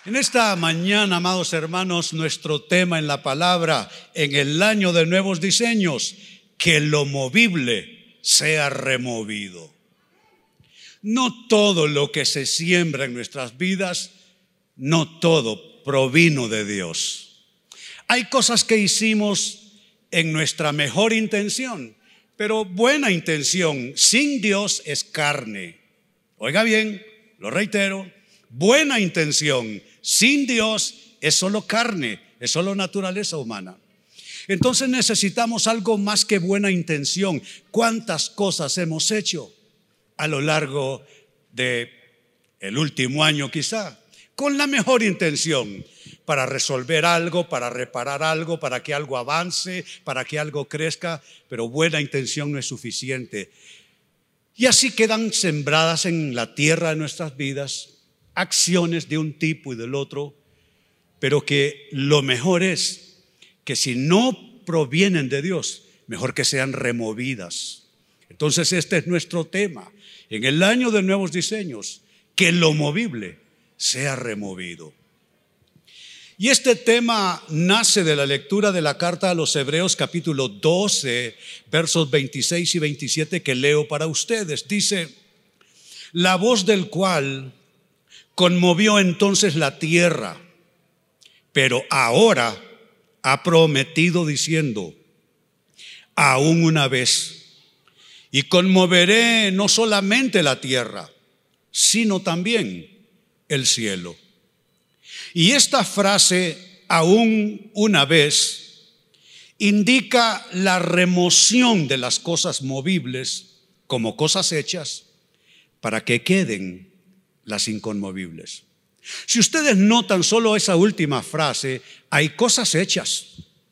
En esta mañana, amados hermanos, nuestro tema en la palabra, en el año de nuevos diseños, que lo movible sea removido. No todo lo que se siembra en nuestras vidas, no todo provino de Dios. Hay cosas que hicimos en nuestra mejor intención, pero buena intención sin Dios es carne. Oiga bien, lo reitero, buena intención sin Dios es solo carne, es solo naturaleza humana. Entonces necesitamos algo más que buena intención. ¿Cuántas cosas hemos hecho a lo largo del último año quizá? Con la mejor intención, para resolver algo, para reparar algo, para que algo avance, para que algo crezca, pero buena intención no es suficiente. Y así quedan sembradas en la tierra de nuestras vidas acciones de un tipo y del otro, pero que lo mejor es que si no provienen de Dios, mejor que sean removidas. Entonces este es nuestro tema en el año de nuevos diseños, que lo movible sea removido. Y este tema nace de la lectura de la carta a los Hebreos capítulo 12, versos 26 y 27 que leo para ustedes. Dice: la voz del cual conmovió entonces la tierra, pero ahora ha prometido diciendo: aún una vez, y conmoveré no solamente la tierra, sino también el cielo. Y esta frase, aún una vez, indica la remoción de las cosas movibles como cosas hechas para que queden las inconmovibles. Si ustedes notan solo esa última frase, hay cosas hechas,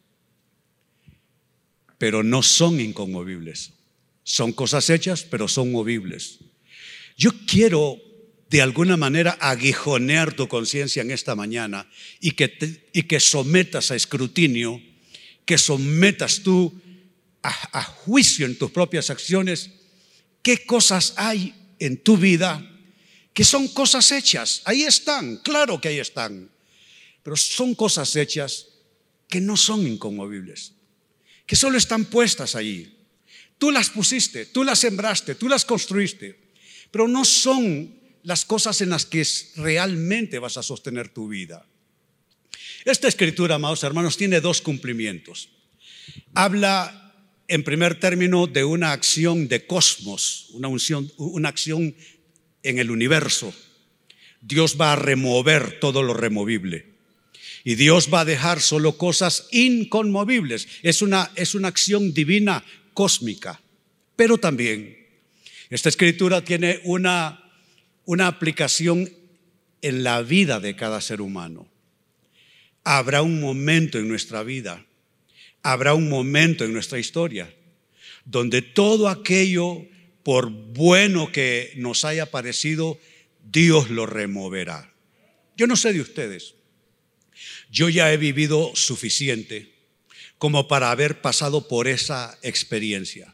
pero no son inconmovibles. Son cosas hechas, pero son movibles. Yo quiero de alguna manera aguijonear tu conciencia en esta mañana y que sometas a escrutinio, que sometas tú a juicio en tus propias acciones. ¿Qué cosas hay en tu vida que son cosas hechas? Ahí están, claro que ahí están, pero son cosas hechas que no son inconmovibles, que solo están puestas allí. Tú las pusiste, tú las sembraste, tú las construiste, pero no son las cosas en las que realmente vas a sostener tu vida. Esta escritura, amados hermanos, tiene dos cumplimientos. Habla en primer término de una acción de cosmos, una acción en el universo. Dios va a remover todo lo removible y Dios va a dejar solo cosas inconmovibles. Es una acción divina cósmica. Pero también esta escritura tiene una aplicación en la vida de cada ser humano. Habrá un momento en nuestra vida, habrá un momento en nuestra historia donde todo aquello, por bueno que nos haya parecido, Dios lo removerá. Yo no sé de ustedes, yo ya he vivido suficiente como para haber pasado por esa experiencia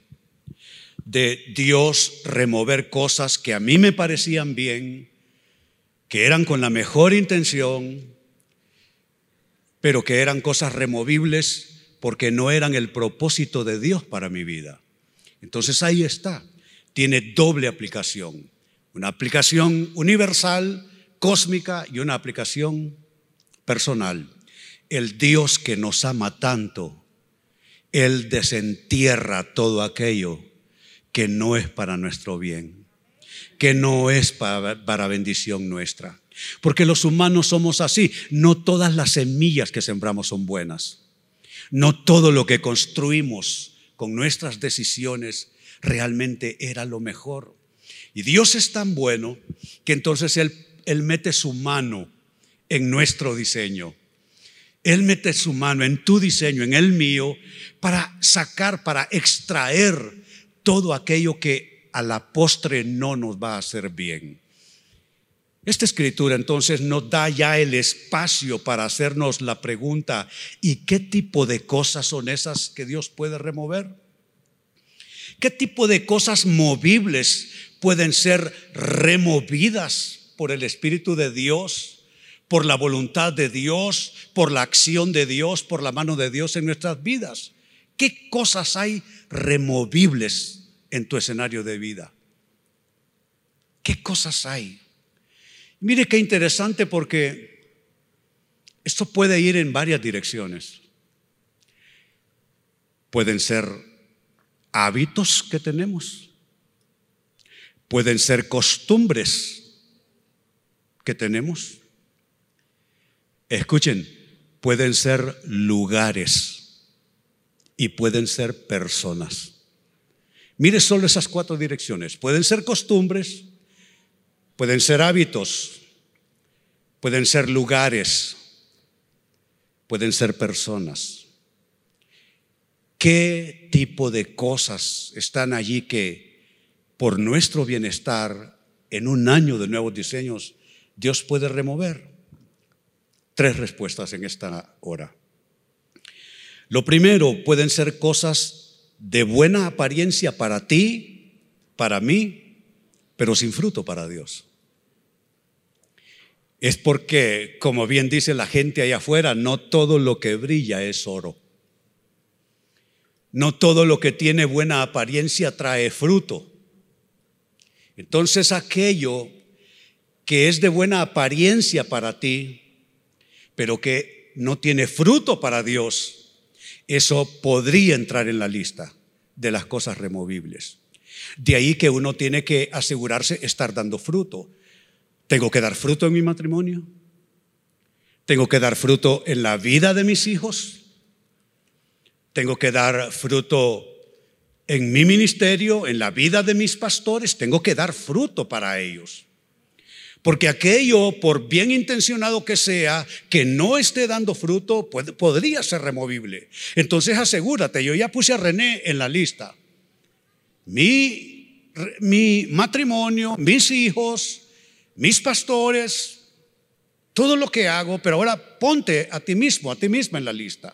de Dios remover cosas que a mí me parecían bien, que eran con la mejor intención, pero que eran cosas removibles porque no eran el propósito de Dios para mi vida. Entonces ahí está, tiene doble aplicación, una aplicación universal, cósmica, y una aplicación personal. El Dios que nos ama tanto, Él desentierra todo aquello que no es para nuestro bien, que no es para bendición nuestra. Porque los humanos somos así. No todas las semillas que sembramos son buenas. No todo lo que construimos con nuestras decisiones realmente era lo mejor. Y Dios es tan bueno que entonces Él mete su mano en nuestro diseño. Él mete su mano en tu diseño, en el mío, para sacar, para extraer todo aquello que a la postre no nos va a hacer bien. Esta escritura entonces nos da ya el espacio para hacernos la pregunta: ¿y qué tipo de cosas son esas que Dios puede remover? ¿Qué tipo de cosas movibles pueden ser removidas por el Espíritu de Dios por la voluntad de Dios, por la acción de Dios, por la mano de Dios en nuestras vidas. ¿Qué cosas hay removibles en tu escenario de vida? ¿Qué cosas hay? Mire qué interesante, porque esto puede ir en varias direcciones. Pueden ser hábitos que tenemos. Pueden ser costumbres que tenemos. Escuchen, pueden ser lugares y pueden ser personas. Mire solo esas 4 direcciones. Pueden ser costumbres, pueden ser hábitos, pueden ser lugares, pueden ser personas. ¿Qué tipo de cosas están allí que por nuestro bienestar en un año de nuevos diseños Dios puede remover? 3 respuestas en esta hora. Lo primero, pueden ser cosas de buena apariencia para ti, para mí, pero sin fruto para Dios. Es porque, como bien dice la gente allá afuera, no todo lo que brilla es oro. No todo lo que tiene buena apariencia trae fruto. Entonces, aquello que es de buena apariencia para ti, pero que no tiene fruto para Dios, eso podría entrar en la lista de las cosas removibles. De ahí que uno tiene que asegurarse estar dando fruto. Tengo que dar fruto en mi matrimonio. Tengo que dar fruto en la vida de mis hijos. Tengo que dar fruto en mi ministerio, en la vida de mis pastores. Tengo que dar fruto para ellos. Porque aquello, por bien intencionado que sea, que no esté dando fruto, podría ser removible. Entonces asegúrate, yo ya puse a René en la lista. Mi matrimonio, mis hijos, mis pastores, todo lo que hago, pero ahora ponte a ti mismo, a ti misma en la lista.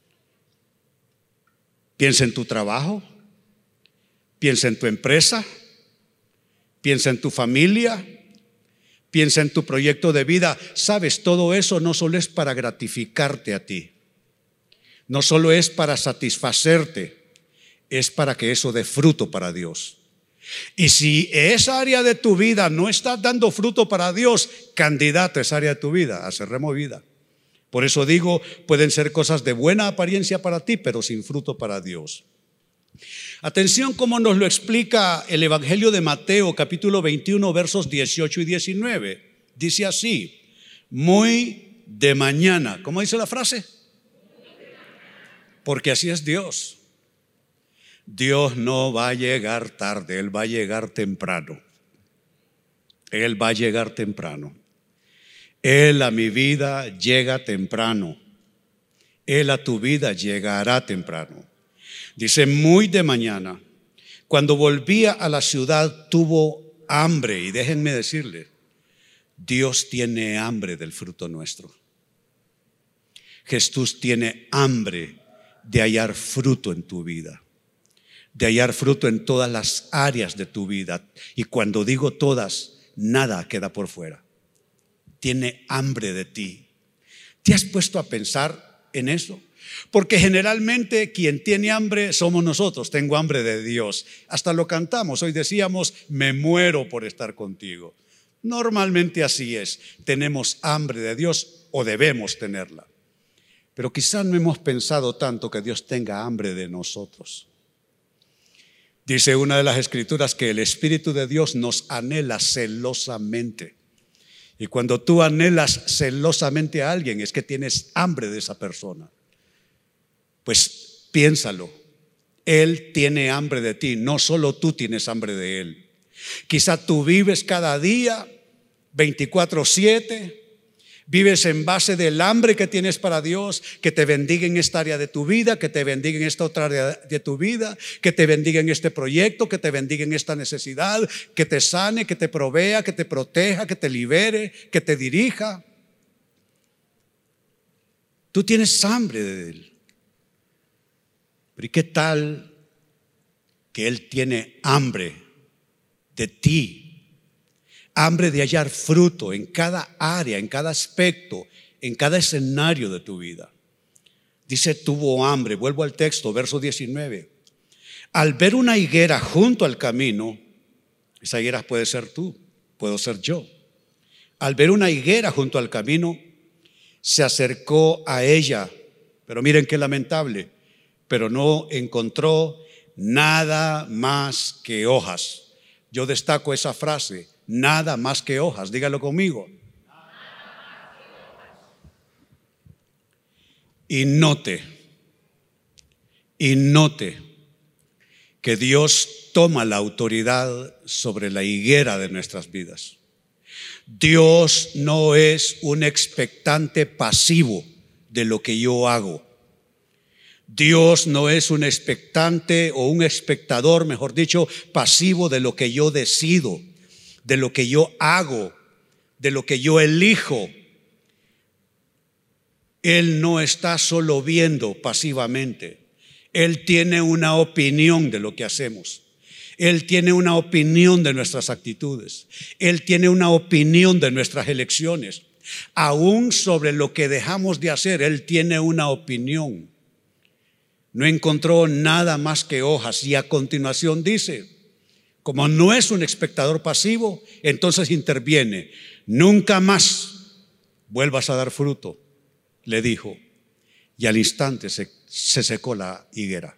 Piensa en tu trabajo, piensa en tu empresa, piensa en tu familia, piensa en tu proyecto de vida. Sabes, todo eso no solo es para gratificarte a ti, no solo es para satisfacerte, es para que eso dé fruto para Dios. Y si esa área de tu vida no está dando fruto para Dios, candidata esa área de tu vida a ser removida. Por eso digo, pueden ser cosas de buena apariencia para ti, pero sin fruto para Dios. Atención cómo nos lo explica el Evangelio de Mateo, capítulo 21, versos 18 y 19. Dice así: muy de mañana. ¿Cómo dice la frase? Porque así es Dios. Dios no va a llegar tarde, Él va a llegar temprano. Él va a llegar temprano. Él a mi vida llega temprano. Él a tu vida llegará temprano. Dice, muy de mañana, cuando volvía a la ciudad, tuvo hambre. Y déjenme decirle, Dios tiene hambre del fruto nuestro. Jesús tiene hambre de hallar fruto en tu vida, de hallar fruto en todas las áreas de tu vida. Y cuando digo todas, nada queda por fuera. Tiene hambre de ti. ¿Te has puesto a pensar en eso? Porque generalmente quien tiene hambre somos nosotros. Tengo hambre de Dios. Hasta lo cantamos. Hoy decíamos, me muero por estar contigo. Normalmente así es. Tenemos hambre de Dios o debemos tenerla. Pero quizás no hemos pensado tanto que Dios tenga hambre de nosotros. Dice una de las escrituras que el Espíritu de Dios nos anhela celosamente. Y cuando tú anhelas celosamente a alguien, es que tienes hambre de esa persona. Pues piénsalo, Él tiene hambre de ti, no solo tú tienes hambre de Él. Quizá tú vives cada día 24/7, vives en base del hambre que tienes para Dios, que te bendiga en esta área de tu vida, que te bendiga en esta otra área de tu vida, que te bendiga en este proyecto, que te bendiga en esta necesidad, que te sane, que te provea, que te proteja, que te libere, que te dirija. Tú tienes hambre de Él. Pero ¿y qué tal que Él tiene hambre de ti? hambre de hallar fruto en cada área, en cada aspecto, en cada escenario de tu vida. Dice, tuvo hambre. Vuelvo al texto, verso 19. Al ver una higuera junto al camino, esa higuera puede ser tú, puedo ser yo. Al ver una higuera junto al camino, se acercó a ella. Pero miren qué lamentable. Pero no encontró nada más que hojas. Yo destaco esa frase, nada más que hojas. Dígalo conmigo. Y note que Dios toma la autoridad sobre la higuera de nuestras vidas. Dios no es un expectante pasivo de lo que yo hago. Dios no es un expectante o un espectador, mejor dicho, pasivo de lo que yo decido, de lo que yo hago, de lo que yo elijo. Él no está solo viendo pasivamente. Él tiene una opinión de lo que hacemos. Él tiene una opinión de nuestras actitudes. Él tiene una opinión de nuestras elecciones. Aún sobre lo que dejamos de hacer, Él tiene una opinión. No encontró nada más que hojas. Y a continuación dice, como no es un espectador pasivo, entonces interviene. Nunca más vuelvas a dar fruto, le dijo. Y al instante se secó la higuera.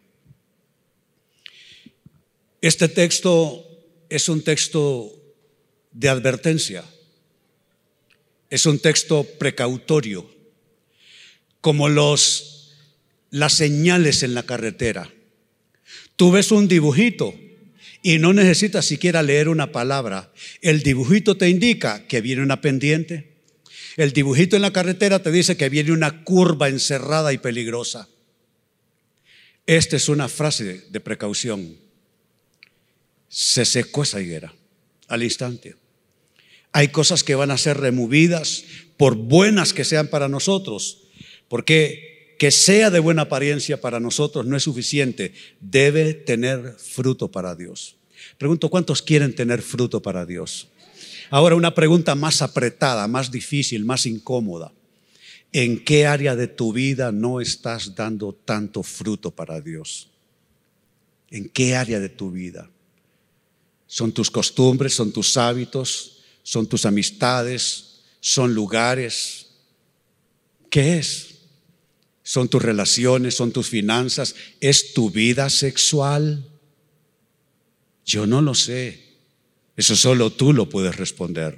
Este texto es un texto de advertencia. Es un texto precautorio, como las señales en la carretera. Tú ves un dibujito y no necesitas siquiera leer una palabra. El dibujito te indica que viene una pendiente. El dibujito en la carretera te dice que viene una curva encerrada y peligrosa. Esta es una frase de precaución. Se secó esa higuera al instante. Hay cosas que van a ser removidas, por buenas que sean para nosotros, porque que sea de buena apariencia para nosotros no es suficiente. Debe tener fruto para Dios. Pregunto, ¿cuántos quieren tener fruto para Dios? Ahora una pregunta más apretada, más difícil, más incómoda. ¿En qué área de tu vida no estás dando tanto fruto para Dios? ¿En qué área de tu vida? ¿Son tus costumbres, son tus hábitos, son tus amistades, son lugares? ¿Qué es? ¿Son tus relaciones, son tus finanzas? ¿Es tu vida sexual? Yo no lo sé. Eso solo tú lo puedes responder.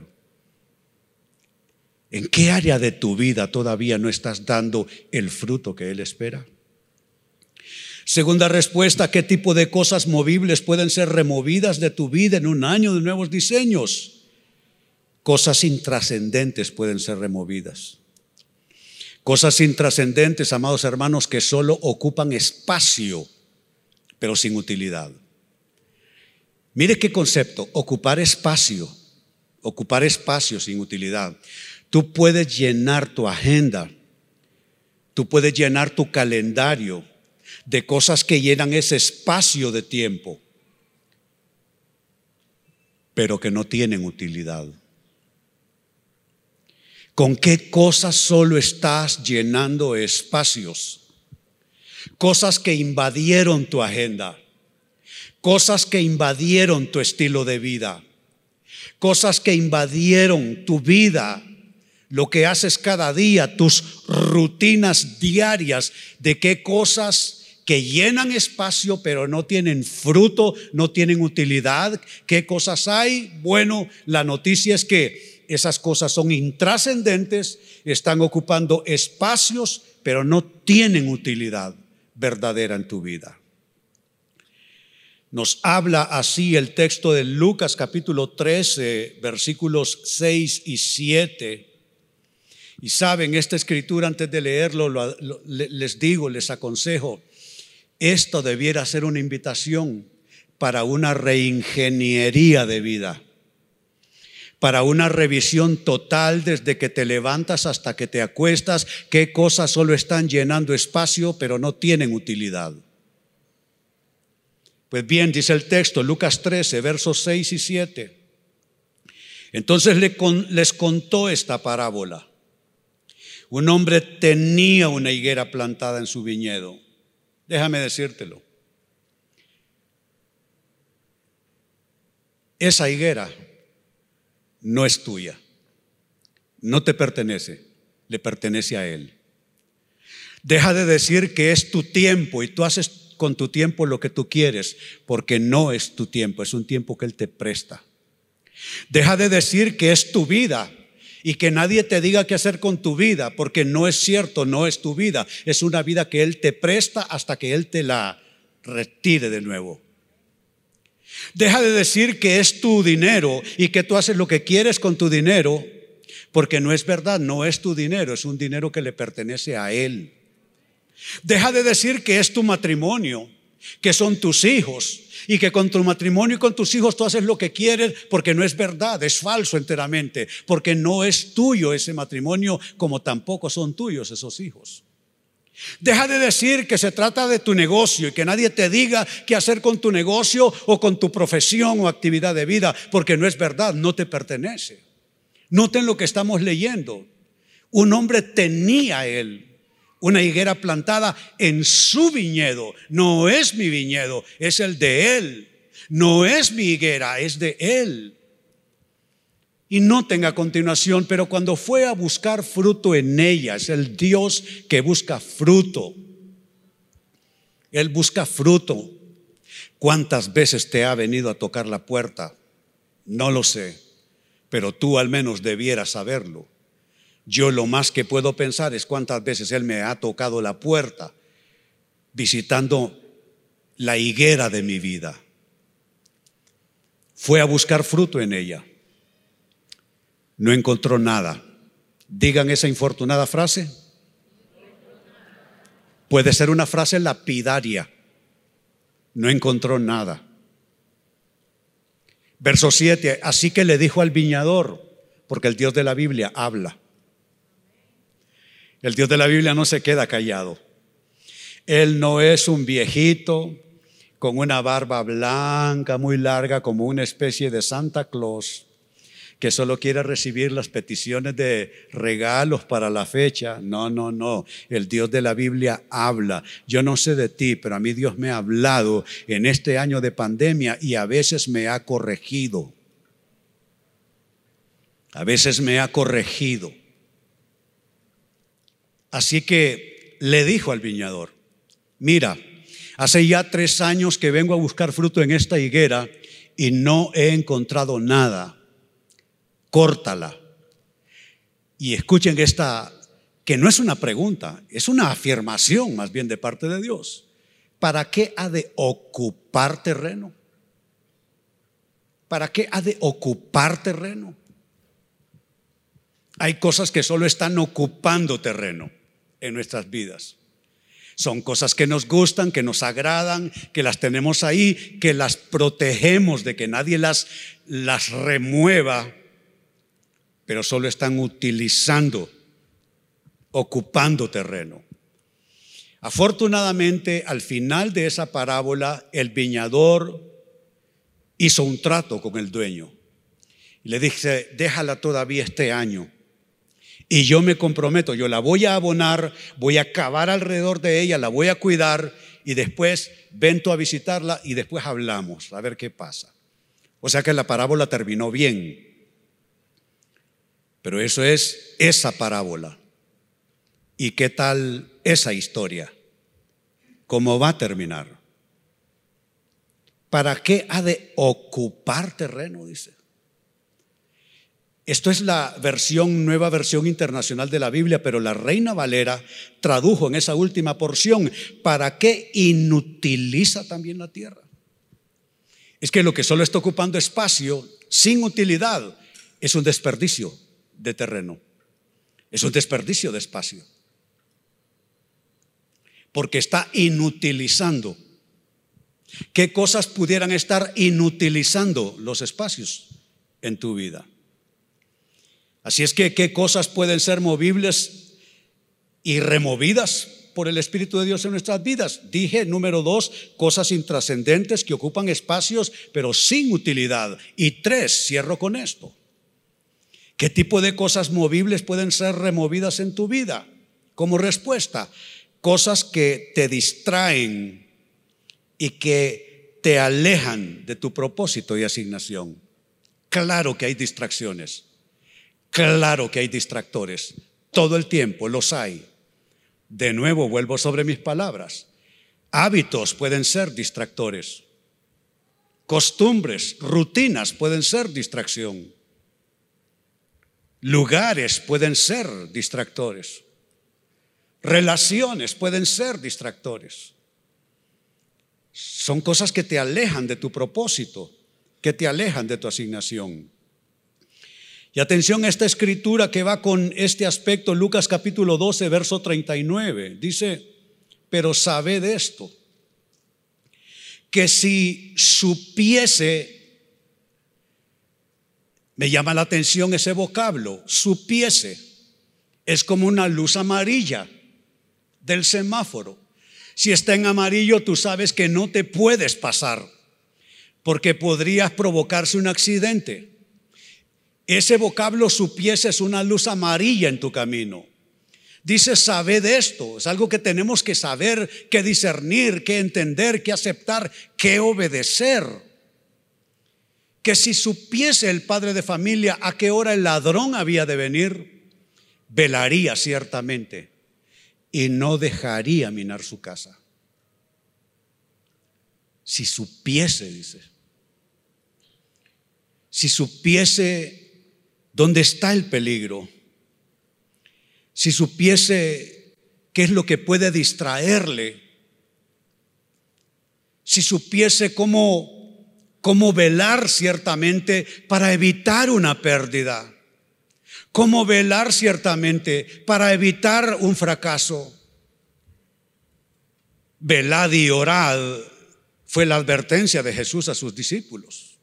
¿En qué área de tu vida todavía no estás dando el fruto que Él espera? Segunda respuesta, ¿qué tipo de cosas movibles pueden ser removidas de tu vida en un año de nuevos diseños? Cosas intrascendentes pueden ser removidas. Cosas intrascendentes, amados hermanos, que solo ocupan espacio, pero sin utilidad. Mire qué concepto, ocupar espacio sin utilidad. Tú puedes llenar tu agenda, tú puedes llenar tu calendario de cosas que llenan ese espacio de tiempo, pero que no tienen utilidad. ¿Con qué cosas solo estás llenando espacios? Cosas que invadieron tu agenda, cosas que invadieron tu estilo de vida, cosas que invadieron tu vida, lo que haces cada día, tus rutinas diarias, de qué cosas que llenan espacio pero no tienen fruto, no tienen utilidad. ¿Qué cosas hay? Bueno, la noticia es que esas cosas son intrascendentes, están ocupando espacios pero no tienen utilidad verdadera en tu vida. Nos habla así el texto de Lucas capítulo 13, versículos 6 y 7. Y saben, esta escritura, antes de leerlo, les digo, les aconsejo, esto debiera ser una invitación para una reingeniería de vida, para una revisión total desde que te levantas hasta que te acuestas, qué cosas solo están llenando espacio pero no tienen utilidad. Pues bien, dice el texto, Lucas 13, versos 6 y 7. Entonces les contó esta parábola. Un hombre tenía una higuera plantada en su viñedo. Déjame decírtelo. Esa higuera no es tuya, no te pertenece, le pertenece a él. Deja de decir que es tu tiempo y tú haces con tu tiempo lo que tú quieres, porque no es tu tiempo, es un tiempo que él te presta. Deja de decir que es tu vida y que nadie te diga qué hacer con tu vida, porque no es cierto, no es tu vida, es una vida que él te presta hasta que él te la retire de nuevo. Deja de decir que es tu dinero y que tú haces lo que quieres con tu dinero, porque no es verdad, no es tu dinero, es un dinero que le pertenece a él. Deja de decir que es tu matrimonio, que son tus hijos y que con tu matrimonio y con tus hijos tú haces lo que quieres, porque no es verdad, es falso enteramente, porque no es tuyo ese matrimonio, como tampoco son tuyos esos hijos. Deja de decir que se trata de tu negocio y que nadie te diga qué hacer con tu negocio o con tu profesión o actividad de vida, porque no es verdad, no te pertenece. Noten lo que estamos leyendo. Un hombre tenía él una higuera plantada en su viñedo. No es mi viñedo, es el de él. No es mi higuera, es de él. Y noten a continuación, pero cuando fue a buscar fruto en ella, es el Dios que busca fruto. Él busca fruto. ¿Cuántas veces te ha venido a tocar la puerta? No lo sé, pero tú al menos debieras saberlo. Yo lo más que puedo pensar es cuántas veces Él me ha tocado la puerta visitando la higuera de mi vida. Fue a buscar fruto en ella. No encontró nada. Digan esa infortunada frase. Puede ser una frase lapidaria. No encontró nada. Verso 7. Así que le dijo al viñador, porque el Dios de la Biblia habla. El Dios de la Biblia no se queda callado. Él no es un viejito con una barba blanca muy larga como una especie de Santa Claus que solo quiere recibir las peticiones de regalos para la fecha. No, no, no. El Dios de la Biblia habla. Yo no sé de ti, pero a mí Dios me ha hablado en este año de pandemia y a veces me ha corregido. A veces me ha corregido. Así que le dijo al viñador: mira, hace ya 3 años que vengo a buscar fruto en esta higuera y no he encontrado nada. Córtala. Y escuchen esta, que no es una pregunta, es una afirmación más bien de parte de Dios. ¿Para qué ha de ocupar terreno? ¿Para qué ha de ocupar terreno? Hay cosas que solo están ocupando terreno en nuestras vidas. Son cosas que nos gustan, que nos agradan, que las tenemos ahí, que las protegemos de que nadie las remueva, pero solo están ocupando terreno. Afortunadamente, al final de esa parábola, el viñador hizo un trato con el dueño y le dice: déjala todavía este año. Y yo me comprometo, yo la voy a abonar, voy a cavar alrededor de ella, la voy a cuidar y después ven tú a visitarla y después hablamos, a ver qué pasa. O sea que la parábola terminó bien. Pero eso es esa parábola. ¿Y qué tal esa historia? ¿Cómo va a terminar? ¿Para qué ha de ocupar terreno? Dice. Esto es la nueva versión internacional de la Biblia, pero la Reina Valera tradujo en esa última porción: ¿para qué inutiliza también la tierra? Es que lo que solo está ocupando espacio sin utilidad es un desperdicio de terreno, es un desperdicio de espacio, porque está inutilizando. ¿Qué cosas pudieran estar inutilizando los espacios en tu vida? Así es que, ¿qué cosas pueden ser movibles y removidas por el Espíritu de Dios en nuestras vidas? Dije, número 2, cosas intrascendentes que ocupan espacios pero sin utilidad. Y 3, cierro con esto: ¿Qué tipo de cosas movibles pueden ser removidas en tu vida? Como respuesta, cosas que te distraen y que te alejan de tu propósito y asignación. Claro que hay distracciones, claro que hay distractores, todo el tiempo los hay. De nuevo vuelvo sobre mis palabras. Hábitos pueden ser distractores, costumbres, rutinas pueden ser distracción, lugares pueden ser distractores, relaciones pueden ser distractores. Son cosas que te alejan de tu propósito, que te alejan de tu asignación. Y atención a esta escritura que va con este aspecto, Lucas capítulo 12, verso 39. Dice, pero sabed esto, que si supiese, me llama la atención ese vocablo, supiese, es como una luz amarilla del semáforo. Si está en amarillo, tú sabes que no te puedes pasar, porque podrías provocarse un accidente. Ese vocablo supiese es una luz amarilla en tu camino. Dice, sabed esto, es algo que tenemos que saber, que discernir, que entender, que aceptar, que obedecer. Que si supiese el padre de familia a qué hora el ladrón había de venir, velaría ciertamente y no dejaría minar su casa. Si supiese, dice, si supiese dónde está el peligro, si supiese qué es lo que puede distraerle, si supiese cómo velar ciertamente para evitar una pérdida, cómo velar ciertamente para evitar un fracaso. Velad y orad fue la advertencia de Jesús a sus discípulos.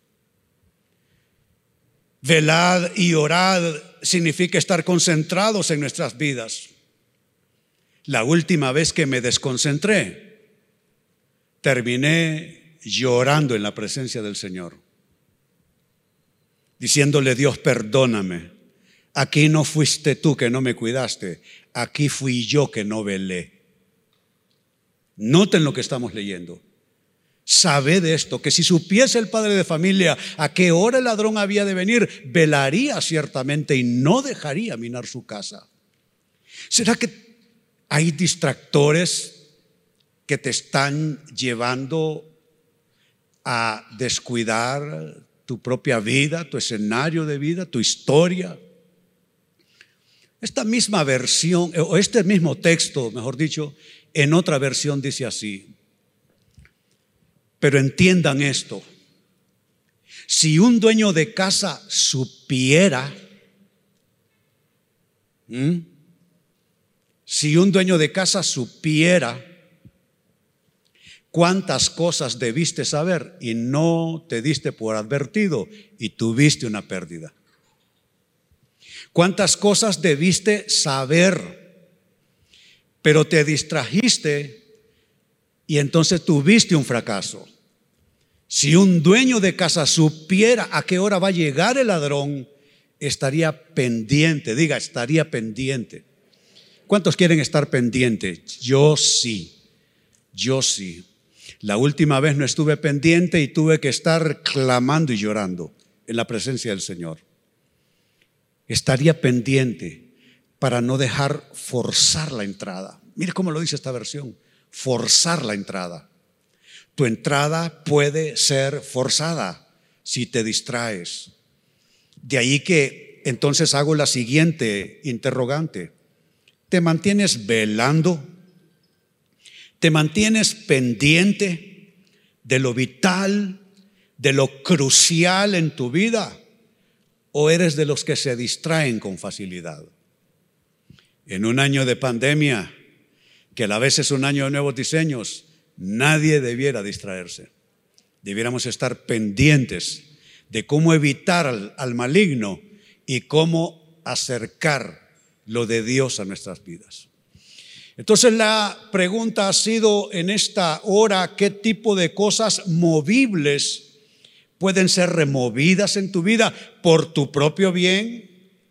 Velad y orad significa estar concentrados en nuestras vidas. La última vez que me desconcentré, terminé llorando en la presencia del Señor, diciéndole, Dios, perdóname. Aquí no fuiste tú que no me cuidaste, aquí fui yo que no velé. Noten lo que estamos leyendo. Sabed esto, que si supiese el padre de familia a qué hora el ladrón había de venir, velaría ciertamente y no dejaría minar su casa. ¿Será que hay distractores que te están llevando a descuidar tu propia vida, tu escenario de vida, tu historia? Esta misma versión, o este mismo texto, mejor dicho, en otra versión dice así. Pero entiendan esto, si un dueño de casa supiera, si un dueño de casa supiera cuántas cosas debiste saber y no te diste por advertido y tuviste una pérdida. Cuántas cosas debiste saber, pero te distrajiste y entonces tuviste un fracaso. Si un dueño de casa supiera a qué hora va a llegar el ladrón, estaría pendiente. Diga, estaría pendiente. ¿Cuántos quieren estar pendientes? Yo sí. La última vez no estuve pendiente y tuve que estar clamando y llorando en la presencia del Señor. Estaría pendiente para no dejar forzar la entrada. Mire cómo lo dice esta versión. Forzar la entrada. Tu entrada puede ser forzada si te distraes. De ahí que entonces hago la siguiente interrogante. ¿Te mantienes velando? ¿Te mantienes pendiente de lo vital, de lo crucial en tu vida? ¿O eres de los que se distraen con facilidad? En un año de pandemia, que a la vez es un año de nuevos diseños, nadie debiera distraerse. Debiéramos estar pendientes de cómo evitar al maligno y cómo acercar lo de Dios a nuestras vidas. Entonces la pregunta ha sido en esta hora, ¿qué tipo de cosas movibles pueden ser removidas en tu vida por tu propio bien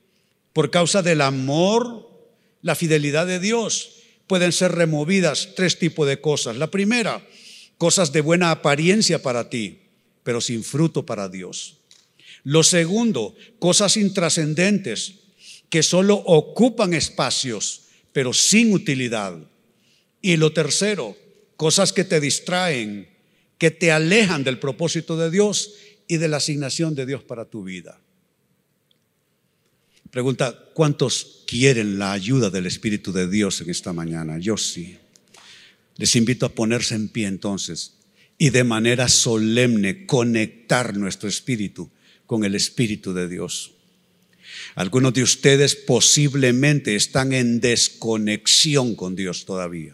Por causa del amor, la fidelidad de Dios, pueden ser removidas 3 tipos de cosas. La primera, cosas de buena apariencia para ti, pero sin fruto para Dios. Lo segundo, cosas intrascendentes que solo ocupan espacios, pero sin utilidad. Y lo tercero, cosas que te distraen, que te alejan del propósito de Dios y de la asignación de Dios para tu vida. Pregunta, ¿cuántos quieren la ayuda del Espíritu de Dios en esta mañana? Yo sí. Les invito a ponerse en pie entonces y de manera solemne conectar nuestro espíritu con el Espíritu de Dios. Algunos de ustedes posiblemente están en desconexión con Dios todavía.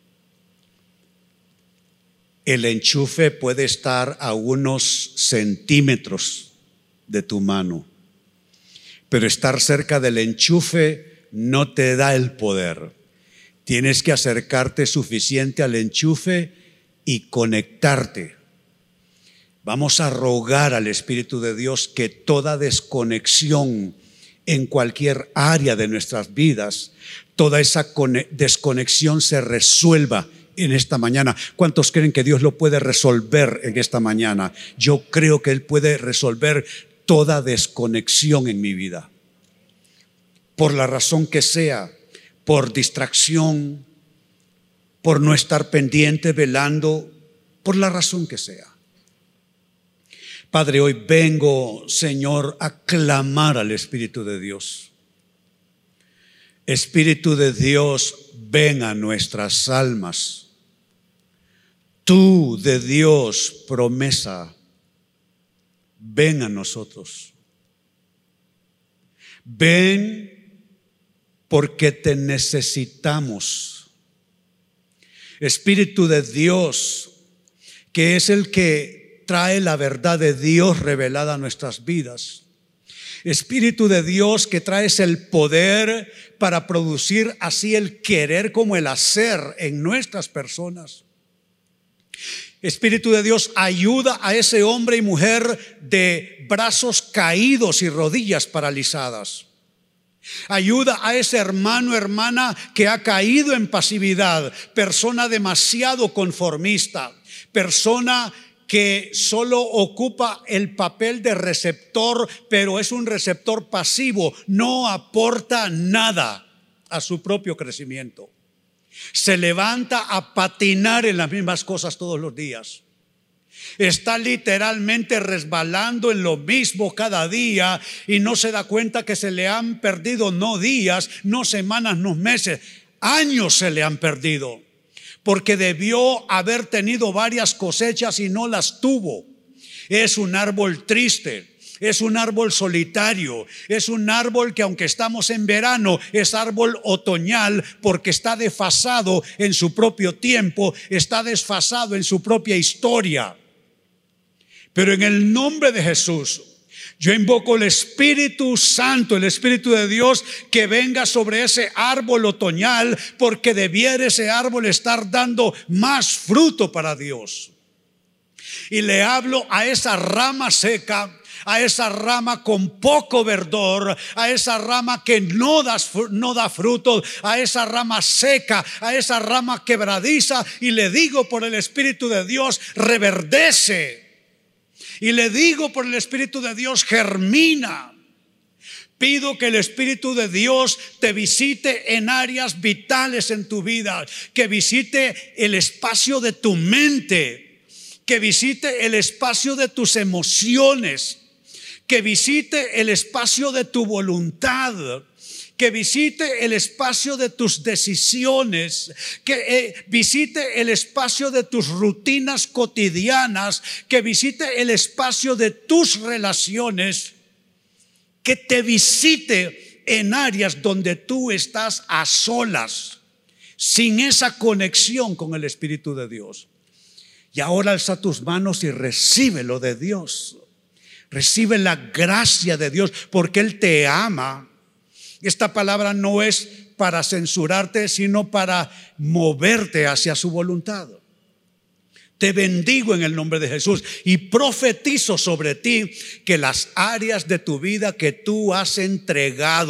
El enchufe puede estar a unos centímetros de tu mano, pero estar cerca del enchufe no te da el poder. Tienes que acercarte suficiente al enchufe y conectarte. Vamos a rogar al Espíritu de Dios que toda desconexión en cualquier área de nuestras vidas, toda esa desconexión se resuelva en esta mañana. ¿Cuántos creen que Dios lo puede resolver en esta mañana? Yo creo que Él puede resolver toda desconexión en mi vida. Por la razón que sea, por distracción, por no estar pendiente, velando, por la razón que sea. Padre, hoy vengo, Señor, a clamar al Espíritu de Dios. Espíritu de Dios, ven a nuestras almas. Tú de Dios, promesa, ven a nosotros. Ven porque te necesitamos. Espíritu de Dios, que es el que trae la verdad de Dios revelada a nuestras vidas. Espíritu de Dios, que traes el poder para producir así el querer como el hacer en nuestras personas. Espíritu de Dios, ayuda a ese hombre y mujer de brazos caídos y rodillas paralizadas. Ayuda a ese hermano, hermana que ha caído en pasividad, persona demasiado conformista, persona que solo ocupa el papel de receptor, pero es un receptor pasivo, no aporta nada a su propio crecimiento. Se levanta a patinar en las mismas cosas todos los días. Está literalmente resbalando en lo mismo cada día y no se da cuenta que se le han perdido no días, no semanas, no meses, años se le han perdido. Porque debió haber tenido varias cosechas y no las tuvo. Es un árbol triste, es un árbol solitario, es un árbol que aunque estamos en verano, es árbol otoñal porque está desfasado en su propio tiempo, está desfasado en su propia historia. Pero en el nombre de Jesús, yo invoco el Espíritu Santo, el Espíritu de Dios, que venga sobre ese árbol otoñal, porque debiera ese árbol estar dando más fruto para Dios. Y le hablo a esa rama seca, a esa rama con poco verdor, a esa rama que no da fruto, a esa rama seca, a esa rama quebradiza, y le digo por el Espíritu de Dios, reverdece. Y le digo por el Espíritu de Dios, germina. Pido que el Espíritu de Dios te visite en áreas vitales en tu vida, que visite el espacio de tu mente, que visite el espacio de tus emociones, que visite el espacio de tu voluntad, que visite el espacio de tus decisiones, que visite el espacio de tus rutinas cotidianas, que visite el espacio de tus relaciones, que te visite en áreas donde tú estás a solas, sin esa conexión con el Espíritu de Dios. Y ahora alza tus manos y recibe lo de Dios. Recibe la gracia de Dios porque Él te ama. Esta palabra no es para censurarte, sino para moverte hacia su voluntad. Te bendigo en el nombre de Jesús y profetizo sobre ti que las áreas de tu vida que tú has entregado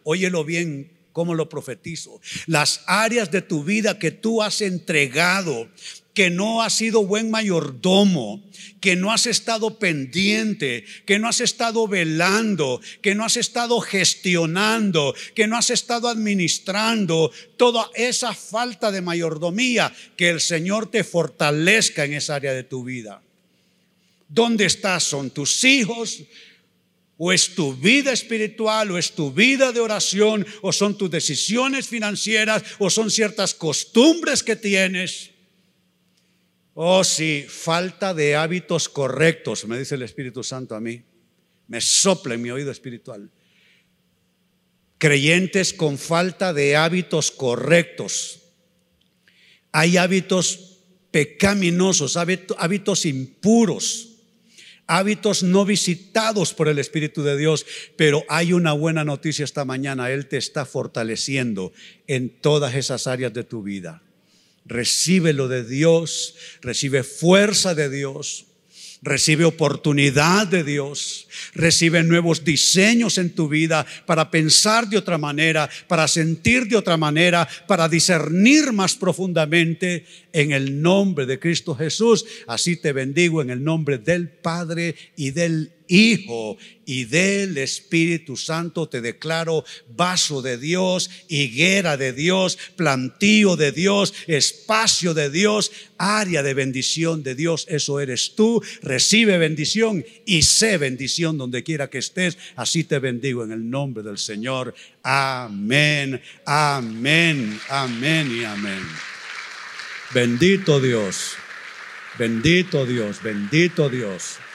Óyelo bien, cómo lo profetizo. Las áreas de tu vida que tú has entregado, que no has sido buen mayordomo, que no has estado pendiente, que no has estado velando, que no has estado gestionando, que no has estado administrando, toda esa falta de mayordomía, que el Señor te fortalezca en esa área de tu vida. ¿Dónde estás? ¿Son tus hijos? ¿O es tu vida espiritual? ¿O es tu vida de oración? ¿O son tus decisiones financieras? ¿O son ciertas costumbres que tienes? Oh, sí, falta de hábitos correctos, me dice el Espíritu Santo a mí. Me sopla en mi oído espiritual. Creyentes con falta de hábitos correctos. Hay hábitos pecaminosos, hábitos impuros, hábitos no visitados por el Espíritu de Dios. Pero hay una buena noticia esta mañana: Él te está fortaleciendo en todas esas áreas de tu vida. Recibe lo de Dios, recibe fuerza de Dios, recibe oportunidad de Dios, recibe nuevos diseños en tu vida para pensar de otra manera, para sentir de otra manera, para discernir más profundamente, en el nombre de Cristo Jesús. Así te bendigo en el nombre del Padre y del Hijo y del Espíritu Santo. Te declaro vaso de Dios, higuera de Dios, plantío de Dios, espacio de Dios, área de bendición de Dios. Eso eres tú. Recibe bendición y sé bendición donde quiera que estés. Así te bendigo en el nombre del Señor. Amén, amén, amén y amén. Bendito Dios, bendito Dios, bendito Dios.